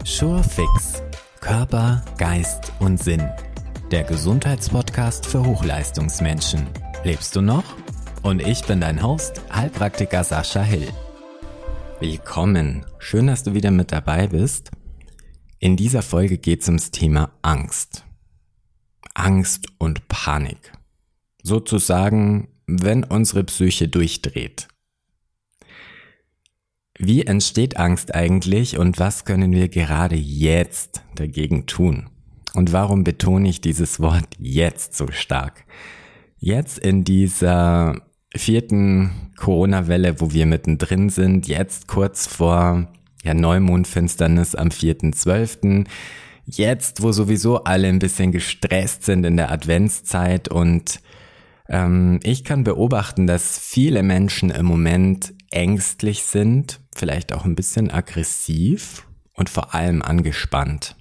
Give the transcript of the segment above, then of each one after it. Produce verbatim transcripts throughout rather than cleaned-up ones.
SureFix – Körper, Geist und Sinn. Der Gesundheitspodcast für Hochleistungsmenschen. Lebst du noch? Und ich bin dein Host, Heilpraktiker Sascha Hill. Willkommen, schön, dass du wieder mit dabei bist. In dieser Folge geht es ums Thema Angst. Angst und Panik. Sozusagen, wenn unsere Psyche durchdreht. Wie entsteht Angst eigentlich und was können wir gerade jetzt dagegen tun? Und warum betone ich dieses Wort jetzt so stark? Jetzt in dieser vierten Corona-Welle, wo wir mittendrin sind, jetzt kurz vor ja, Neumondfinsternis am vierten zwölften Jetzt, wo sowieso alle ein bisschen gestresst sind in der Adventszeit und ähm, ich kann beobachten, dass viele Menschen im Moment ängstlich sind, vielleicht auch ein bisschen aggressiv und vor allem angespannt.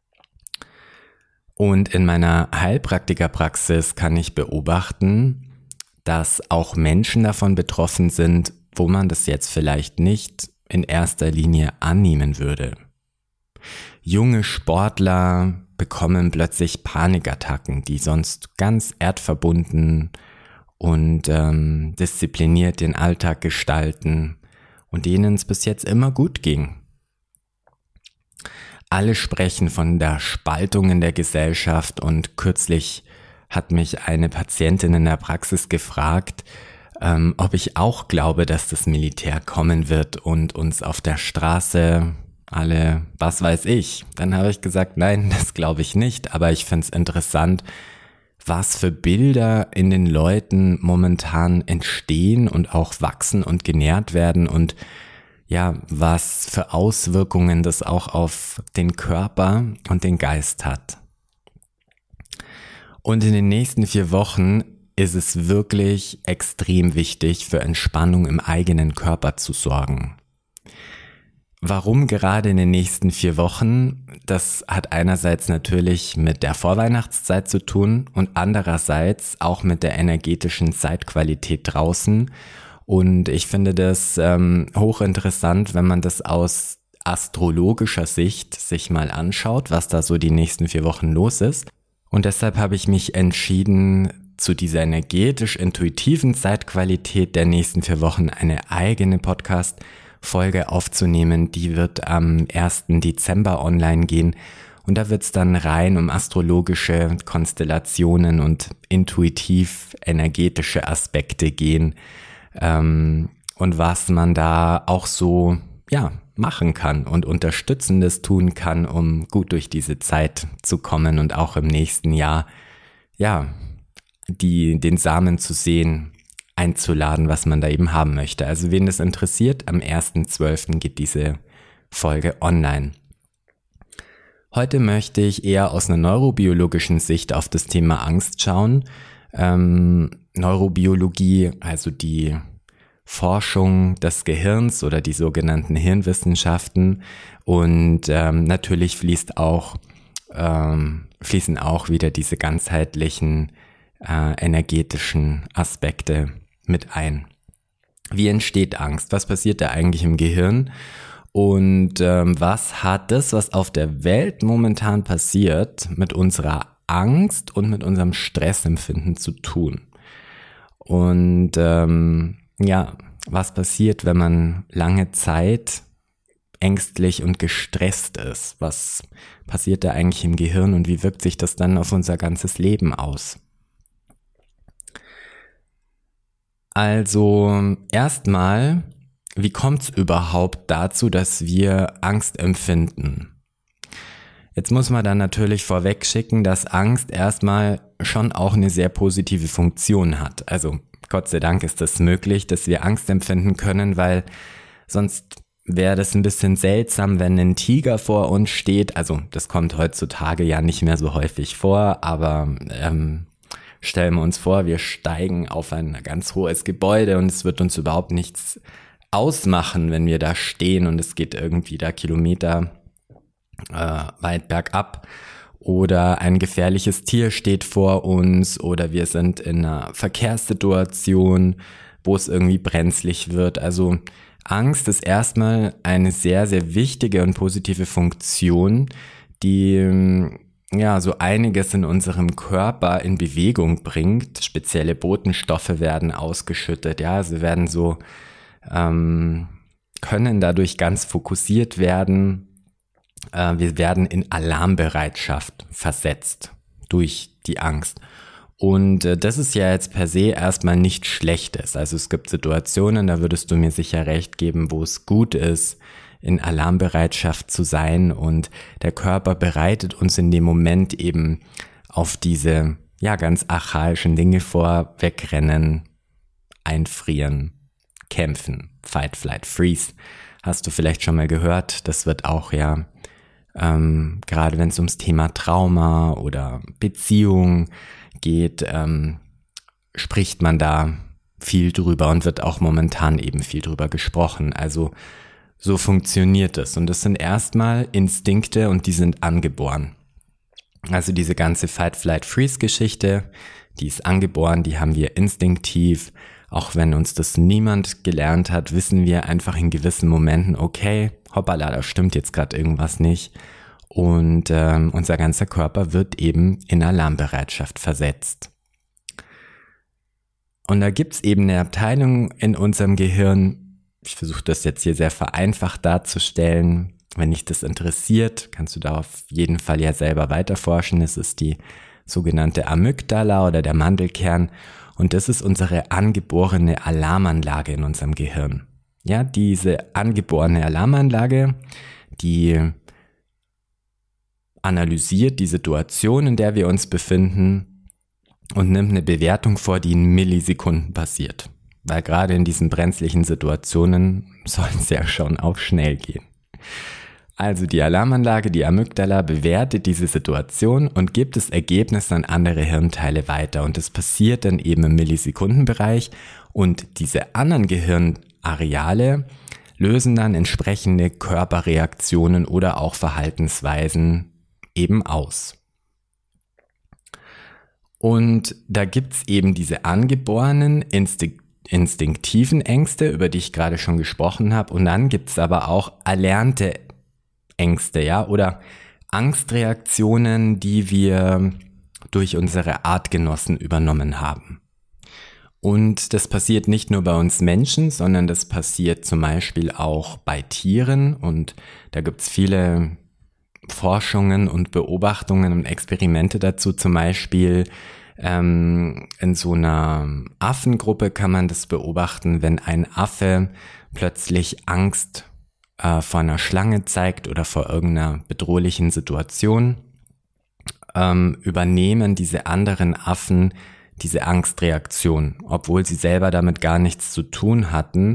Und in meiner Heilpraktikerpraxis kann ich beobachten, dass auch Menschen davon betroffen sind, wo man das jetzt vielleicht nicht in erster Linie annehmen würde. Junge Sportler bekommen plötzlich Panikattacken, die sonst ganz erdverbunden und ähm, diszipliniert den Alltag gestalten und denen es bis jetzt immer gut ging. Alle sprechen von der Spaltung in der Gesellschaft und kürzlich hat mich eine Patientin in der Praxis gefragt, ähm, ob ich auch glaube, dass das Militär kommen wird und uns auf der Straße alle, was weiß ich. Dann habe ich gesagt, nein, das glaube ich nicht, aber ich finde es interessant, was für Bilder in den Leuten momentan entstehen und auch wachsen und genährt werden und ja, was für Auswirkungen das auch auf den Körper und den Geist hat. Und in den nächsten vier Wochen ist es wirklich extrem wichtig, für Entspannung im eigenen Körper zu sorgen. Warum gerade in den nächsten vier Wochen? Das hat einerseits natürlich mit der Vorweihnachtszeit zu tun und andererseits auch mit der energetischen Zeitqualität draußen. Und ich finde das ähm, hochinteressant, wenn man das aus astrologischer Sicht sich mal anschaut, was da so die nächsten vier Wochen los ist. Und deshalb habe ich mich entschieden, zu dieser energetisch-intuitiven Zeitqualität der nächsten vier Wochen eine eigene Podcast Folge aufzunehmen. Die wird am ersten Dezember online gehen und da wird es dann rein um astrologische Konstellationen und intuitiv energetische Aspekte gehen ähm, und was man da auch so ja machen kann und Unterstützendes tun kann, um gut durch diese Zeit zu kommen und auch im nächsten Jahr ja die den Samen zu sehen, einzuladen, was man da eben haben möchte. Also wen das interessiert, am ersten zwölften geht diese Folge online. Heute möchte ich eher aus einer neurobiologischen Sicht auf das Thema Angst schauen. Ähm, Neurobiologie, also die Forschung des Gehirns oder die sogenannten Hirnwissenschaften und ähm, natürlich fließt auch, ähm, fließen auch wieder diese ganzheitlichen äh, energetischen Aspekte mit ein. Wie entsteht Angst? Was passiert da eigentlich im Gehirn? Und ähm, was hat das, was auf der Welt momentan passiert, mit unserer Angst und mit unserem Stressempfinden zu tun? Und ähm, ja, was passiert, wenn man lange Zeit ängstlich und gestresst ist? Was passiert da eigentlich im Gehirn und wie wirkt sich das dann auf unser ganzes Leben aus? Also erstmal, wie kommt es überhaupt dazu, dass wir Angst empfinden? Jetzt muss man dann natürlich vorweg schicken, dass Angst erstmal schon auch eine sehr positive Funktion hat. Also Gott sei Dank ist es das möglich, dass wir Angst empfinden können, weil sonst wäre das ein bisschen seltsam, wenn ein Tiger vor uns steht. Also das kommt heutzutage ja nicht mehr so häufig vor, aber ähm, stellen wir uns vor, wir steigen auf ein ganz hohes Gebäude und es wird uns überhaupt nichts ausmachen, wenn wir da stehen und es geht irgendwie da Kilometer äh, weit bergab oder ein gefährliches Tier steht vor uns oder wir sind in einer Verkehrssituation, wo es irgendwie brenzlig wird. Also Angst ist erstmal eine sehr, sehr wichtige und positive Funktion, die ja so einiges in unserem Körper in Bewegung bringt. Spezielle Botenstoffe werden ausgeschüttet, ja, sie werden so, ähm, können dadurch ganz fokussiert werden. Äh, wir werden in Alarmbereitschaft versetzt durch die Angst. Und äh, das ist ja jetzt per se erstmal nichts Schlechtes. Also es gibt Situationen, da würdest du mir sicher recht geben, wo es gut ist, in Alarmbereitschaft zu sein, und der Körper bereitet uns in dem Moment eben auf diese ja ganz archaischen Dinge vor: wegrennen, einfrieren, kämpfen, fight, flight, freeze. Hast du vielleicht schon mal gehört? Das wird auch ja ähm, gerade wenn es ums Thema Trauma oder Beziehung geht, ähm, spricht man da viel drüber und wird auch momentan eben viel drüber gesprochen. Also so funktioniert es, und das sind erstmal Instinkte und die sind angeboren. Also diese ganze Fight-Flight-Freeze-Geschichte, die ist angeboren, die haben wir instinktiv. Auch wenn uns das niemand gelernt hat, wissen wir einfach in gewissen Momenten, okay, hoppala, da stimmt jetzt gerade irgendwas nicht. Und ähm, unser ganzer Körper wird eben in Alarmbereitschaft versetzt. Und da gibt's eben eine Abteilung in unserem Gehirn, ich versuche das jetzt hier sehr vereinfacht darzustellen. Wenn dich das interessiert, kannst du da auf jeden Fall ja selber weiterforschen. Es ist die sogenannte Amygdala oder der Mandelkern. Und das ist unsere angeborene Alarmanlage in unserem Gehirn. Ja, diese angeborene Alarmanlage, die analysiert die Situation, in der wir uns befinden, und nimmt eine Bewertung vor, die in Millisekunden passiert. Weil gerade in diesen brenzlichen Situationen soll es ja schon auch schnell gehen. Also die Alarmanlage, die Amygdala, bewertet diese Situation und gibt das Ergebnis an andere Hirnteile weiter. Und das passiert dann eben im Millisekundenbereich. Und diese anderen Gehirnareale lösen dann entsprechende Körperreaktionen oder auch Verhaltensweisen eben aus. Und da gibt's eben diese angeborenen, instinkt instinktiven Ängste, über die ich gerade schon gesprochen habe. Und dann gibt's aber auch erlernte Ängste, ja, oder Angstreaktionen, die wir durch unsere Artgenossen übernommen haben. Und das passiert nicht nur bei uns Menschen, sondern das passiert zum Beispiel auch bei Tieren. Und da gibt's viele Forschungen und Beobachtungen und Experimente dazu. Zum Beispiel ähm, in so einer Affengruppe kann man das beobachten, wenn ein Affe plötzlich Angst äh, vor einer Schlange zeigt oder vor irgendeiner bedrohlichen Situation, ähm, übernehmen diese anderen Affen diese Angstreaktion, obwohl sie selber damit gar nichts zu tun hatten.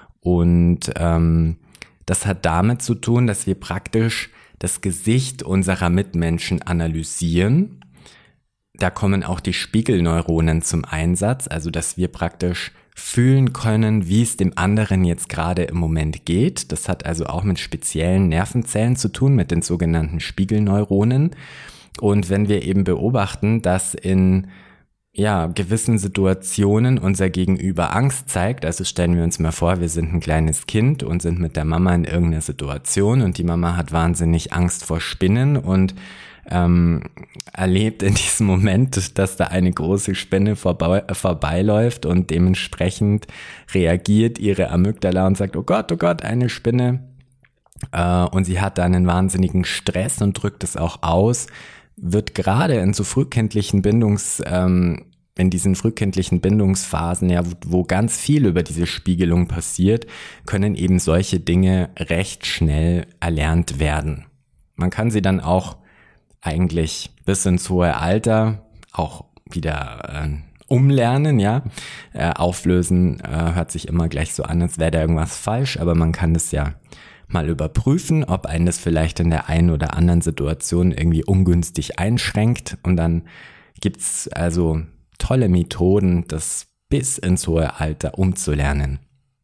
Und ähm, das hat damit zu tun, dass wir praktisch das Gesicht unserer Mitmenschen analysieren. Da kommen auch die Spiegelneuronen zum Einsatz, also dass wir praktisch fühlen können, wie es dem anderen jetzt gerade im Moment geht. Das hat also auch mit speziellen Nervenzellen zu tun, mit den sogenannten Spiegelneuronen. Und wenn wir eben beobachten, dass in ja, gewissen Situationen unser Gegenüber Angst zeigt, also stellen wir uns mal vor, wir sind ein kleines Kind und sind mit der Mama in irgendeiner Situation und die Mama hat wahnsinnig Angst vor Spinnen und ähm, erlebt in diesem Moment, dass da eine große Spinne vorbei, äh, vorbeiläuft und dementsprechend reagiert ihre Amygdala und sagt, oh Gott, oh Gott, eine Spinne. Äh, und sie hat da einen wahnsinnigen Stress und drückt es auch aus. Wird gerade in so frühkindlichen Bindungs, ähm, in diesen frühkindlichen Bindungsphasen, ja, wo, wo ganz viel über diese Spiegelung passiert, können eben solche Dinge recht schnell erlernt werden. Man kann sie dann auch eigentlich bis ins hohe Alter auch wieder äh, umlernen, ja. Äh, auflösen äh, hört sich immer gleich so an, als wäre da irgendwas falsch, aber man kann das ja mal überprüfen, ob einen das vielleicht in der einen oder anderen Situation irgendwie ungünstig einschränkt. Und dann gibt's also tolle Methoden, das bis ins hohe Alter umzulernen.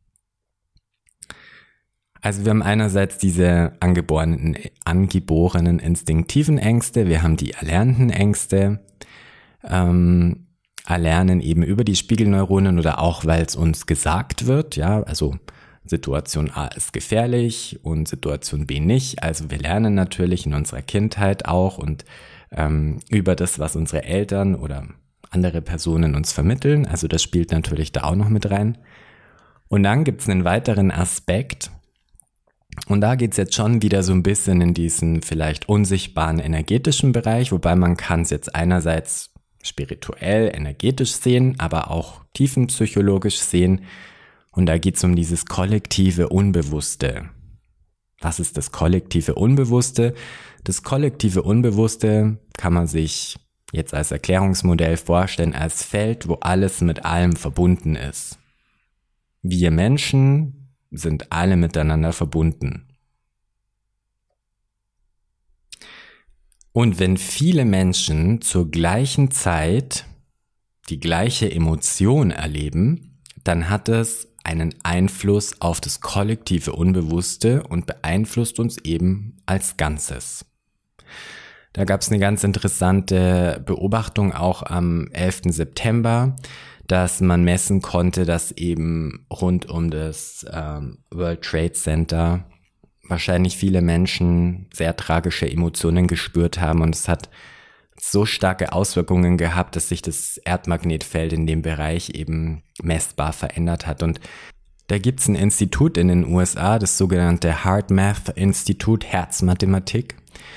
Also wir haben einerseits diese angeborenen, angeborenen instinktiven Ängste, wir haben die erlernten Ängste, ähm, erlernen eben über die Spiegelneuronen oder auch, weil es uns gesagt wird, ja, also Situation A ist gefährlich und Situation B nicht. Also wir lernen natürlich in unserer Kindheit auch und ähm, über das, was unsere Eltern oder andere Personen uns vermitteln. Also das spielt natürlich da auch noch mit rein. Und dann gibt es einen weiteren Aspekt. Und da geht es jetzt schon wieder so ein bisschen in diesen vielleicht unsichtbaren energetischen Bereich, wobei man kann es jetzt einerseits spirituell, energetisch sehen, aber auch tiefenpsychologisch sehen. Und da geht es um dieses kollektive Unbewusste. Was ist das kollektive Unbewusste? Das kollektive Unbewusste kann man sich jetzt als Erklärungsmodell vorstellen als Feld, wo alles mit allem verbunden ist. Wir Menschen sind alle miteinander verbunden. Und wenn viele Menschen zur gleichen Zeit die gleiche Emotion erleben, dann hat es einen Einfluss auf das kollektive Unbewusste und beeinflusst uns eben als Ganzes. Da gab es eine ganz interessante Beobachtung auch am elften September, dass man messen konnte, dass eben rund um das ähm, World Trade Center wahrscheinlich viele Menschen sehr tragische Emotionen gespürt haben und es hat so starke Auswirkungen gehabt, dass sich das Erdmagnetfeld in dem Bereich eben messbar verändert hat. Und da gibt es ein Institut in den U S A, das sogenannte HeartMath Institut, Herzmathematik.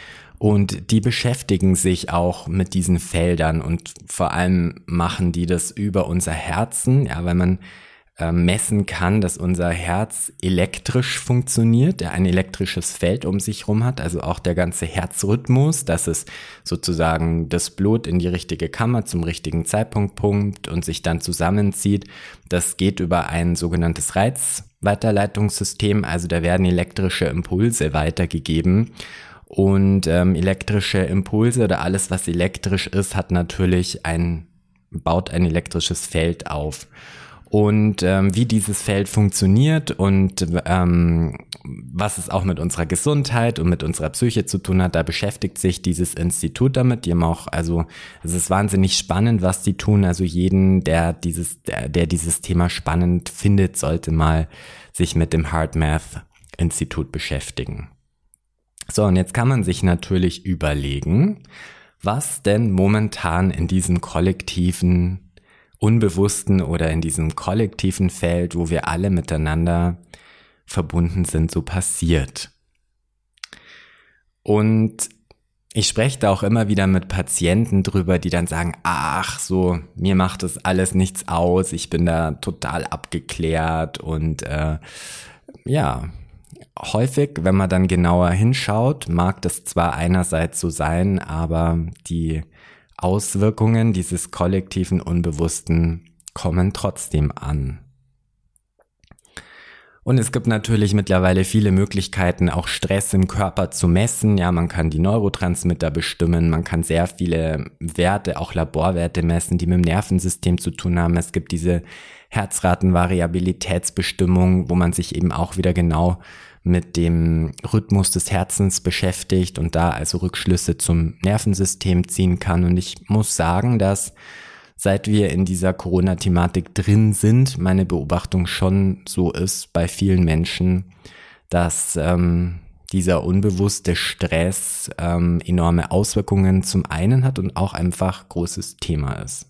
Und die beschäftigen sich auch mit diesen Feldern und vor allem machen die das über unser Herzen, ja, weil man äh, messen kann, dass unser Herz elektrisch funktioniert, der ein elektrisches Feld um sich rum hat, also auch der ganze Herzrhythmus, dass es sozusagen das Blut in die richtige Kammer zum richtigen Zeitpunkt pumpt und sich dann zusammenzieht. Das geht über ein sogenanntes Reizweiterleitungssystem, also da werden elektrische Impulse weitergegeben. Und ähm, elektrische Impulse oder alles, was elektrisch ist, hat natürlich ein, baut ein elektrisches Feld auf. Und ähm, wie dieses Feld funktioniert und ähm, was es auch mit unserer Gesundheit und mit unserer Psyche zu tun hat, da beschäftigt sich dieses Institut damit. Die haben auch, also es ist wahnsinnig spannend, was die tun. Also jeden, der dieses, der, der dieses Thema spannend findet, sollte mal sich mit dem HeartMath Institut beschäftigen. So, und jetzt kann man sich natürlich überlegen, was denn momentan in diesem kollektiven, unbewussten oder in diesem kollektiven Feld, wo wir alle miteinander verbunden sind, so passiert. Und ich spreche da auch immer wieder mit Patienten drüber, die dann sagen, ach so, mir macht das alles nichts aus, ich bin da total abgeklärt und äh, ja, häufig, wenn man dann genauer hinschaut, mag das zwar einerseits so sein, aber die Auswirkungen dieses kollektiven Unbewussten kommen trotzdem an. Und es gibt natürlich mittlerweile viele Möglichkeiten, auch Stress im Körper zu messen. Ja, man kann die Neurotransmitter bestimmen, man kann sehr viele Werte, auch Laborwerte messen, die mit dem Nervensystem zu tun haben. Es gibt diese Herzratenvariabilitätsbestimmung, wo man sich eben auch wieder genau mit dem Rhythmus des Herzens beschäftigt und da also Rückschlüsse zum Nervensystem ziehen kann. Und ich muss sagen, dass seit wir in dieser Corona-Thematik drin sind, meine Beobachtung schon so ist bei vielen Menschen, dass ähm, dieser unbewusste Stress ähm, enorme Auswirkungen zum einen hat und auch einfach großes Thema ist.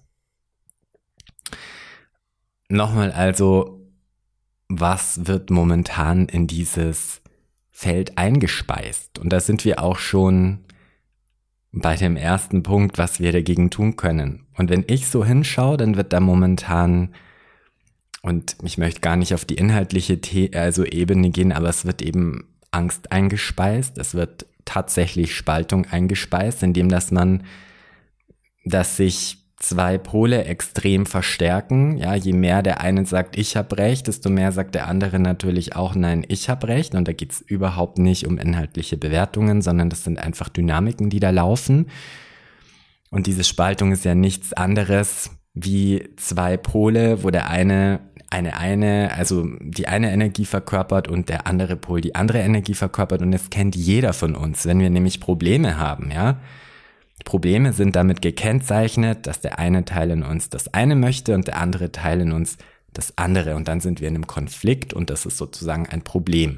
Nochmal also, was wird momentan in dieses Feld eingespeist? Und da sind wir auch schon bei dem ersten Punkt, was wir dagegen tun können. Und wenn ich so hinschaue, dann wird da momentan, und ich möchte gar nicht auf die inhaltliche The- also Ebene gehen, aber es wird eben Angst eingespeist, es wird tatsächlich Spaltung eingespeist, indem dass man, dass sich zwei Pole extrem verstärken. Ja, je mehr der eine sagt, ich habe recht, desto mehr sagt der andere natürlich auch, nein, ich habe recht. Und da geht's überhaupt nicht um inhaltliche Bewertungen, sondern das sind einfach Dynamiken, die da laufen. Und diese Spaltung ist ja nichts anderes wie zwei Pole, wo der eine eine eine, also die eine Energie verkörpert und der andere Pol die andere Energie verkörpert. Und das kennt jeder von uns, wenn wir nämlich Probleme haben, ja. Probleme sind damit gekennzeichnet, dass der eine Teil in uns das eine möchte und der andere Teil in uns das andere und dann sind wir in einem Konflikt und das ist sozusagen ein Problem.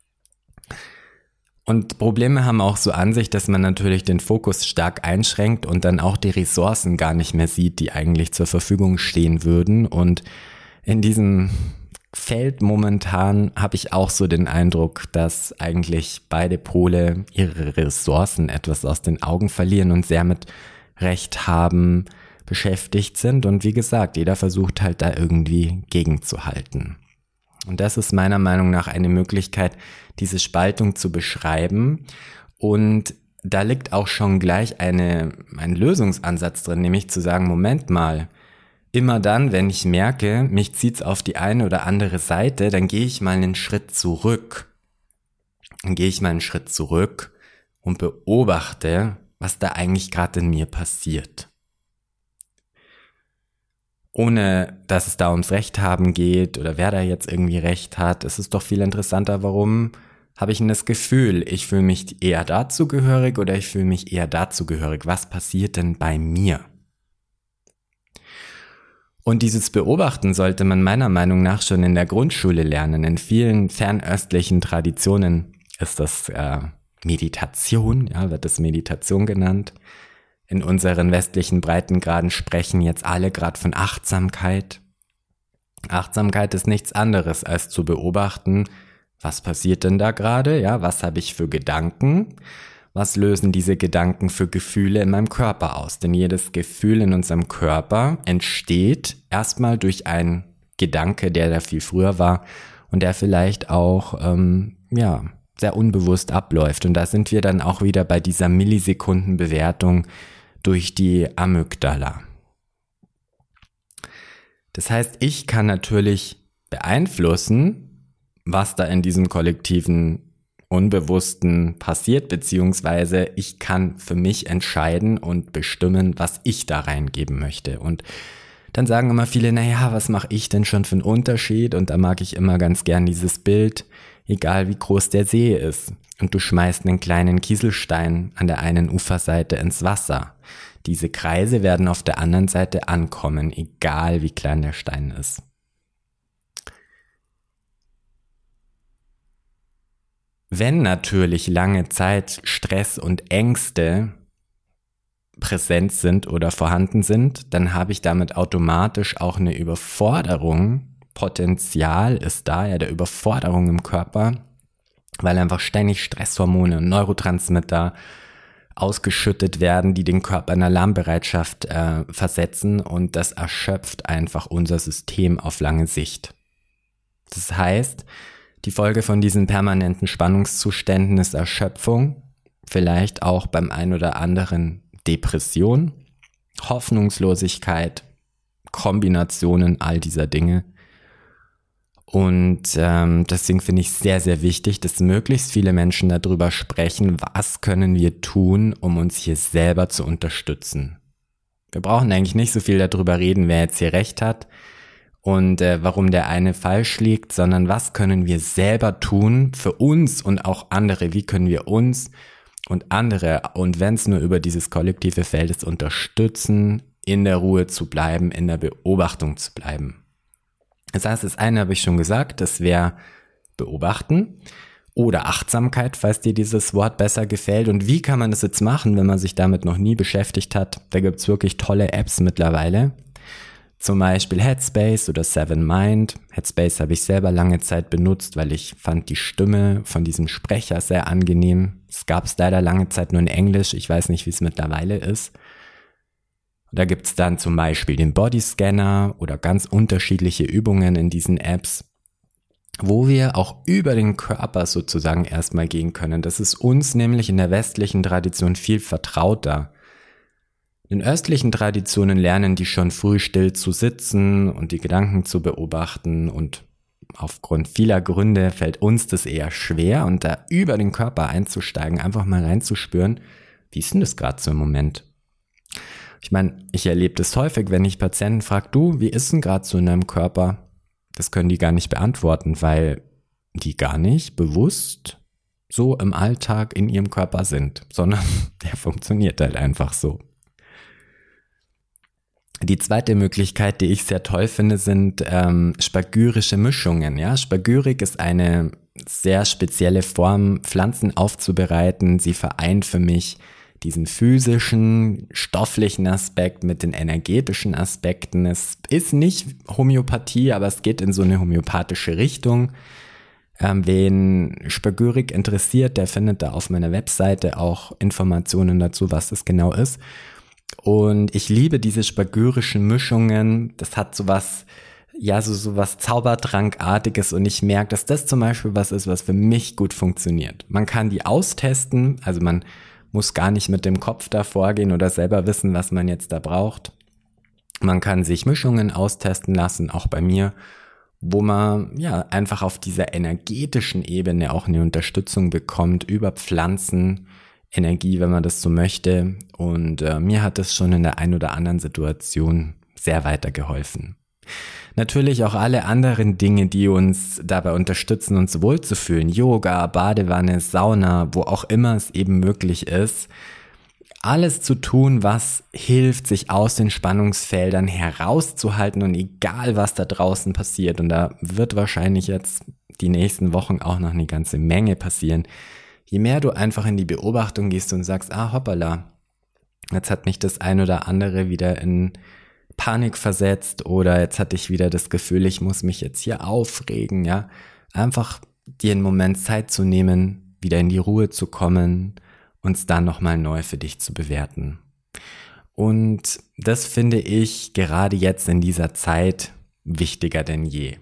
Und Probleme haben auch so an sich, dass man natürlich den Fokus stark einschränkt und dann auch die Ressourcen gar nicht mehr sieht, die eigentlich zur Verfügung stehen würden. Und in diesem Feld momentan habe ich auch so den Eindruck, dass eigentlich beide Pole ihre Ressourcen etwas aus den Augen verlieren und sehr mit Recht haben beschäftigt sind. Und wie gesagt, jeder versucht halt da irgendwie gegenzuhalten. Und das ist meiner Meinung nach eine Möglichkeit, diese Spaltung zu beschreiben. Und da liegt auch schon gleich eine, ein Lösungsansatz drin, nämlich zu sagen, Moment mal, immer dann, wenn ich merke, mich zieht's auf die eine oder andere Seite, dann gehe ich mal einen Schritt zurück. Dann gehe ich mal einen Schritt zurück und beobachte, was da eigentlich gerade in mir passiert. Ohne, dass es da ums Recht haben geht oder wer da jetzt irgendwie Recht hat, ist es doch viel interessanter, warum habe ich denn das Gefühl, ich fühle mich eher dazugehörig oder ich fühle mich eher dazugehörig. Was passiert denn bei mir? Und dieses Beobachten sollte man meiner Meinung nach schon in der Grundschule lernen. In vielen fernöstlichen Traditionen ist das äh, Meditation, ja, wird das Meditation genannt. In unseren westlichen Breitengraden sprechen jetzt alle gerade von Achtsamkeit. Achtsamkeit ist nichts anderes als zu beobachten, was passiert denn da gerade, ja, was habe ich für Gedanken, was lösen diese Gedanken für Gefühle in meinem Körper aus? Denn jedes Gefühl in unserem Körper entsteht erstmal durch einen Gedanke, der da viel früher war und der vielleicht auch, ähm, ja, sehr unbewusst abläuft. Und da sind wir dann auch wieder bei dieser Millisekundenbewertung durch die Amygdala. Das heißt, ich kann natürlich beeinflussen, was da in diesem kollektiven Unbewussten passiert, beziehungsweise ich kann für mich entscheiden und bestimmen, was ich da reingeben möchte. Und dann sagen immer viele, naja, was mache ich denn schon für einen Unterschied? Und da mag ich immer ganz gern dieses Bild, egal wie groß der See ist. Und du schmeißt einen kleinen Kieselstein an der einen Uferseite ins Wasser. Diese Kreise werden auf der anderen Seite ankommen, egal wie klein der Stein ist. Wenn natürlich lange Zeit Stress und Ängste präsent sind oder vorhanden sind, dann habe ich damit automatisch auch eine Überforderung. Potenzial ist da, ja, der Überforderung im Körper, weil einfach ständig Stresshormone und Neurotransmitter ausgeschüttet werden, die den Körper in Alarmbereitschaft äh, versetzen und das erschöpft einfach unser System auf lange Sicht. Das heißt, die Folge von diesen permanenten Spannungszuständen ist Erschöpfung, vielleicht auch beim ein oder anderen Depression, Hoffnungslosigkeit, Kombinationen all dieser Dinge. Und ähm, deswegen finde ich sehr, sehr wichtig, dass möglichst viele Menschen darüber sprechen, was können wir tun, um uns hier selber zu unterstützen. Wir brauchen eigentlich nicht so viel darüber reden, wer jetzt hier recht hat und äh, warum der eine falsch liegt, sondern was können wir selber tun für uns und auch andere, wie können wir uns und andere, und wenn es nur über dieses kollektive Feld ist, unterstützen, in der Ruhe zu bleiben, in der Beobachtung zu bleiben. Das heißt, das eine habe ich schon gesagt, das wäre Beobachten oder Achtsamkeit, falls dir dieses Wort besser gefällt. Und wie kann man das jetzt machen, wenn man sich damit noch nie beschäftigt hat? Da gibt es wirklich tolle Apps mittlerweile. Zum Beispiel Headspace oder Seven Mind. Headspace habe ich selber lange Zeit benutzt, weil ich fand die Stimme von diesem Sprecher sehr angenehm. Es gab es leider lange Zeit nur in Englisch. Ich weiß nicht, wie es mittlerweile ist. Da gibt es dann zum Beispiel den Bodyscanner oder ganz unterschiedliche Übungen in diesen Apps, wo wir auch über den Körper sozusagen erstmal gehen können. Das ist uns nämlich in der westlichen Tradition viel vertrauter. In östlichen Traditionen lernen die schon früh still zu sitzen und die Gedanken zu beobachten und aufgrund vieler Gründe fällt uns das eher schwer und da über den Körper einzusteigen, einfach mal reinzuspüren, wie ist denn das gerade so im Moment? Ich meine, ich erlebe das häufig, wenn ich Patienten frage, du, wie ist denn gerade so in deinem Körper? Das können die gar nicht beantworten, weil die gar nicht bewusst so im Alltag in ihrem Körper sind, sondern der funktioniert halt einfach so. Die zweite Möglichkeit, die ich sehr toll finde, sind ähm, spagyrische Mischungen. Ja? Spagyrik ist eine sehr spezielle Form, Pflanzen aufzubereiten. Sie vereint für mich diesen physischen, stofflichen Aspekt mit den energetischen Aspekten. Es ist nicht Homöopathie, aber es geht in so eine homöopathische Richtung. Ähm, wen Spagyrik interessiert, der findet da auf meiner Webseite auch Informationen dazu, was das genau ist. Und ich liebe diese spagyrischen Mischungen. Das hat sowas, ja, so, so was Zaubertrankartiges und ich merke, dass das zum Beispiel was ist, was für mich gut funktioniert. Man kann die austesten, also man muss gar nicht mit dem Kopf davor gehen oder selber wissen, was man jetzt da braucht. Man kann sich Mischungen austesten lassen, auch bei mir, wo man ja einfach auf dieser energetischen Ebene auch eine Unterstützung bekommt über Pflanzen, Energie, wenn man das so möchte. Und äh, mir hat es schon in der ein oder anderen Situation sehr weitergeholfen. Natürlich auch alle anderen Dinge, die uns dabei unterstützen, uns wohlzufühlen. Yoga, Badewanne, Sauna, wo auch immer es eben möglich ist. Alles zu tun, was hilft, sich aus den Spannungsfeldern herauszuhalten und egal, was da draußen passiert. Und da wird wahrscheinlich jetzt die nächsten Wochen auch noch eine ganze Menge passieren. Je mehr du einfach in die Beobachtung gehst und sagst, ah hoppala, jetzt hat mich das ein oder andere wieder in Panik versetzt oder jetzt hatte ich wieder das Gefühl, ich muss mich jetzt hier aufregen, ja. Einfach dir einen Moment Zeit zu nehmen, wieder in die Ruhe zu kommen und es dann nochmal neu für dich zu bewerten. Und das finde ich gerade jetzt in dieser Zeit wichtiger denn je.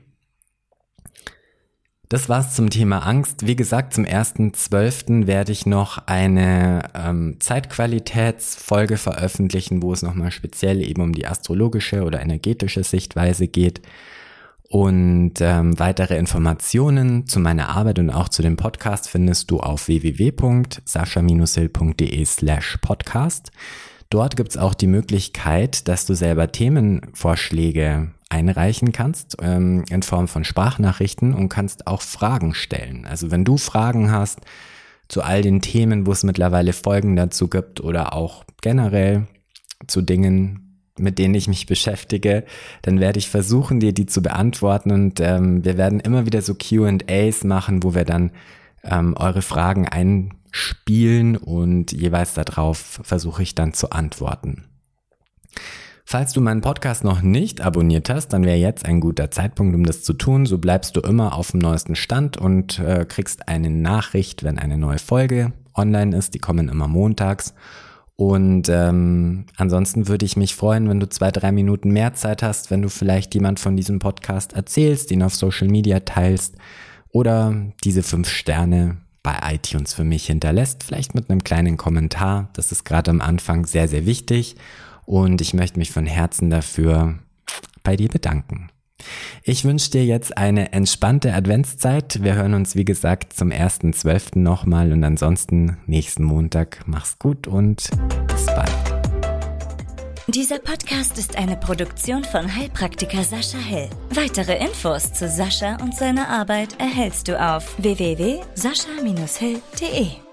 Das war's zum Thema Angst. Wie gesagt, zum ersten zwölften werde ich noch eine ähm, Zeitqualitätsfolge veröffentlichen, wo es nochmal speziell eben um die astrologische oder energetische Sichtweise geht. Und ähm, weitere Informationen zu meiner Arbeit und auch zu dem Podcast findest du auf w w w punkt sascha dash hill punkt d e slash podcast. Dort gibt's auch die Möglichkeit, dass du selber Themenvorschläge einreichen kannst ähm, in Form von Sprachnachrichten und kannst auch Fragen stellen. Also wenn du Fragen hast zu all den Themen, wo es mittlerweile Folgen dazu gibt oder auch generell zu Dingen, mit denen ich mich beschäftige, dann werde ich versuchen, dir die zu beantworten und ähm, wir werden immer wieder so Q and A's machen, wo wir dann ähm, eure Fragen einspielen und jeweils darauf versuche ich dann zu antworten. Falls du meinen Podcast noch nicht abonniert hast, dann wäre jetzt ein guter Zeitpunkt, um das zu tun. So bleibst du immer auf dem neuesten Stand und äh, kriegst eine Nachricht, wenn eine neue Folge online ist. Die kommen immer montags. Und ähm, ansonsten würde ich mich freuen, wenn du zwei, drei Minuten mehr Zeit hast, wenn du vielleicht jemand von diesem Podcast erzählst, ihn auf Social Media teilst oder diese fünf Sterne bei iTunes für mich hinterlässt. Vielleicht mit einem kleinen Kommentar. Das ist gerade am Anfang sehr, sehr wichtig. Und ich möchte mich von Herzen dafür bei dir bedanken. Ich wünsche dir jetzt eine entspannte Adventszeit. Wir hören uns, wie gesagt, zum ersten zwölften nochmal und ansonsten nächsten Montag. Mach's gut und bis bald. Dieser Podcast ist eine Produktion von Heilpraktiker Sascha Hill. Weitere Infos zu Sascha und seiner Arbeit erhältst du auf w w w punkt sascha dash hill punkt d e.